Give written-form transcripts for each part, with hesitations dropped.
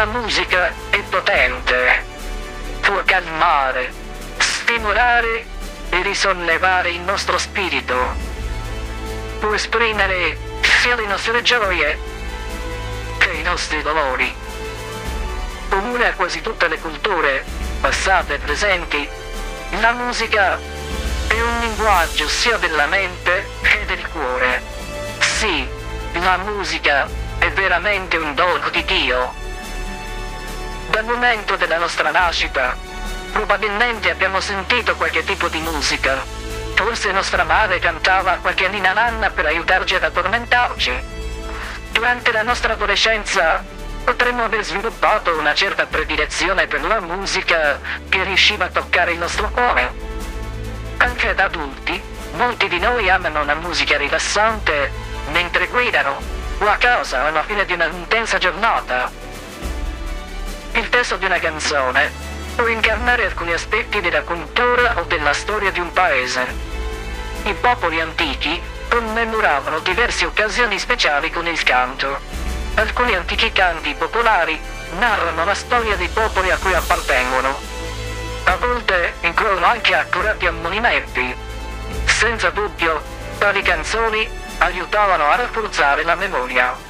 La musica è potente, può calmare, stimolare e risollevare il nostro spirito, può esprimere sia le nostre gioie che i nostri dolori. Comune a quasi tutte le culture, passate e presenti, la musica è un linguaggio sia della mente che del cuore. Sì, la musica è veramente un dono di Dio. Dal momento della nostra nascita, probabilmente abbiamo sentito qualche tipo di musica. Forse nostra madre cantava qualche ninna nanna per aiutarci ad addormentarci. Durante la nostra adolescenza potremmo aver sviluppato una certa predilezione per la musica che riusciva a toccare il nostro cuore. Anche da adulti, molti di noi amano la musica rilassante mentre guidano o a casa alla fine di una intensa giornata. Il testo di una canzone può incarnare alcuni aspetti della cultura o della storia di un paese. I popoli antichi commemoravano diverse occasioni speciali con il canto. Alcuni antichi canti popolari narrano la storia dei popoli a cui appartengono. A volte includono anche accurati ammonimenti. Senza dubbio, tali canzoni aiutavano a rafforzare la memoria.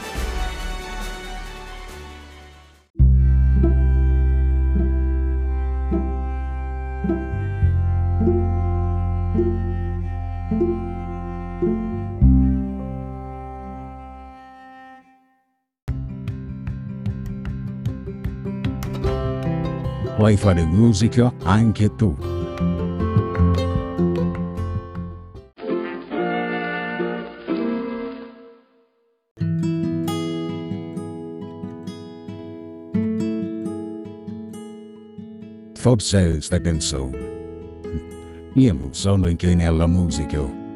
Puoi fare musica anche tu. Forse stai pensando, io non sono incline alla musica.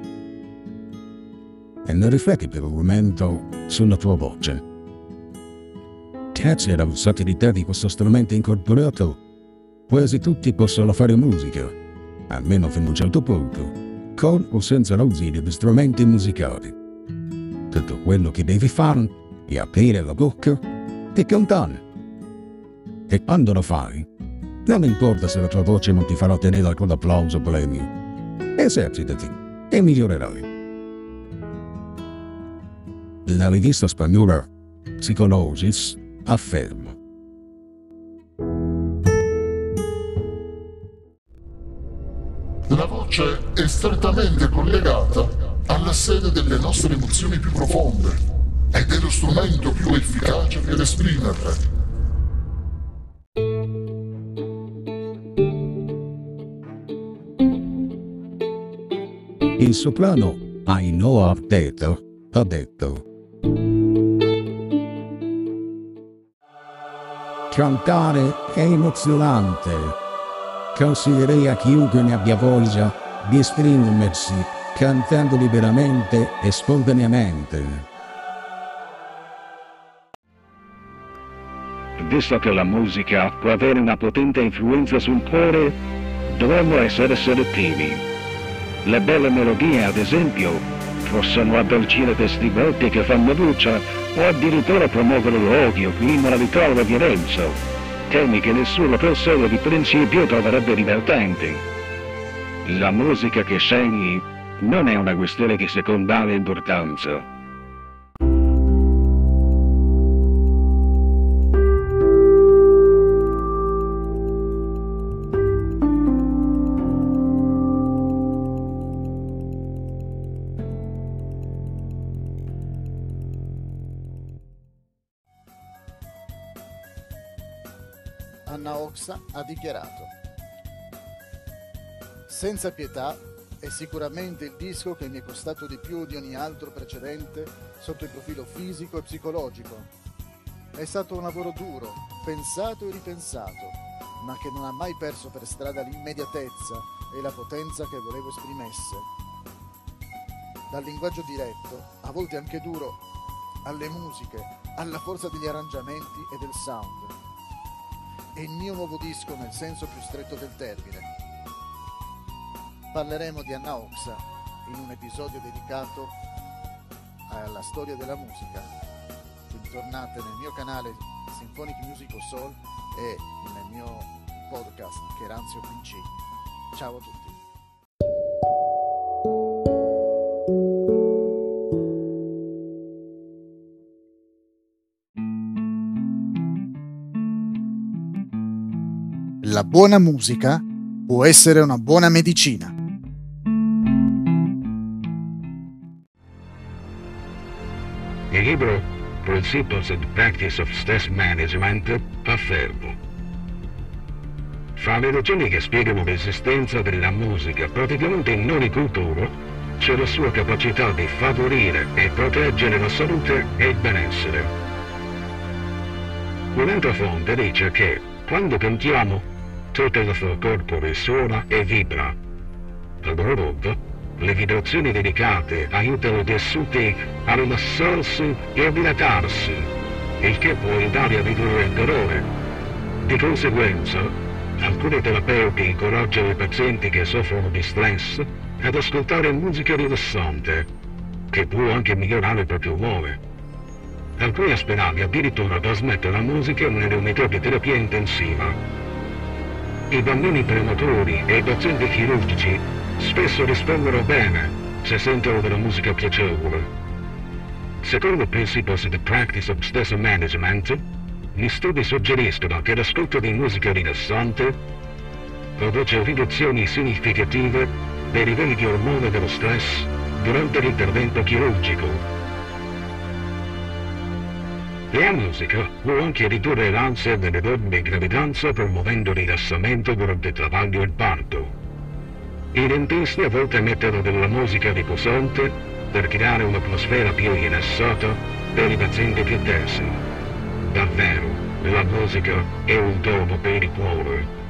E non rifletti per un momento sulla tua voce. Grazie alla versatilità di questo strumento incorporato, quasi tutti possono fare musica, almeno fino a un certo punto, con o senza l'ausilio di strumenti musicali. Tutto quello che devi fare è aprire la bocca e cantare. E quando lo fai, non importa se la tua voce non ti farà tenere alcun applauso premio, esercitati e migliorerai. La rivista spagnola Psicologis afferma: la voce è strettamente collegata alla sede delle nostre emozioni più profonde ed è lo strumento più efficace per esprimerle. Il soprano Ainhoa Arteta ha detto: cantare è emozionante. Consiglierei a chiunque ne abbia voglia di esprimersi cantando liberamente e spontaneamente. Visto che la musica può avere una potente influenza sul cuore, dovremmo essere selettivi. Le belle melodie, ad esempio, possono addolcire testi volti che fanno luce o addirittura promuovere l'odio, l'immoralità o la violenza, temi che nessuna persona di principio troverebbe divertenti. La musica che scegli non è una questione di secondaria importanza. Anna Oxa ha dichiarato: senza pietà è sicuramente il disco che mi è costato di più di ogni altro precedente sotto il profilo fisico e psicologico. È stato un lavoro duro, pensato e ripensato, ma che non ha mai perso per strada l'immediatezza e la potenza che volevo esprimesse. Dal linguaggio diretto, a volte anche duro, alle musiche, alla forza degli arrangiamenti e del sound. È il mio nuovo disco nel senso più stretto del termine. Parleremo di Anna Oxa in un episodio dedicato alla storia della musica. Bentornate nel mio canale Symphonic Musical Soul e nel mio podcast Cheranzio PC. Ciao a tutti. La buona musica può essere una buona medicina. Il libro Principles and Practice of Stress Management afferma: fra le ragioni che spiegano l'esistenza della musica praticamente in ogni cultura c'è la sua capacità di favorire e proteggere la salute e il benessere. Un'altra fonte dice che quando cantiamo tutto il nostro corpo risuona e vibra. A loro volta, le vibrazioni delicate aiutano i tessuti a rilassarsi e a dilatarsi, il che può aiutare a ridurre il dolore. Di conseguenza, alcuni terapeuti incoraggiano i pazienti che soffrono di stress ad ascoltare musica rilassante, che può anche migliorare il proprio umore. Alcuni ospedali addirittura trasmettono la musica nelle unità di terapia intensiva. I bambini prematori e i pazienti chirurgici spesso rispondono bene se sentono della musica piacevole. Secondo Principles and Practice of Stress Management, gli studi suggeriscono che l'ascolto di musica rilassante produce riduzioni significative dei livelli di ormone dello stress durante l'intervento chirurgico. La musica può anche ridurre l'ansia nelle donne in gravidanza promuovendo il rilassamento durante il travaglio e il parto. I dentisti a volte mettono della musica riposante per creare un'atmosfera più rilassata per i pazienti più tensi. Davvero, la musica è un dono per il cuore.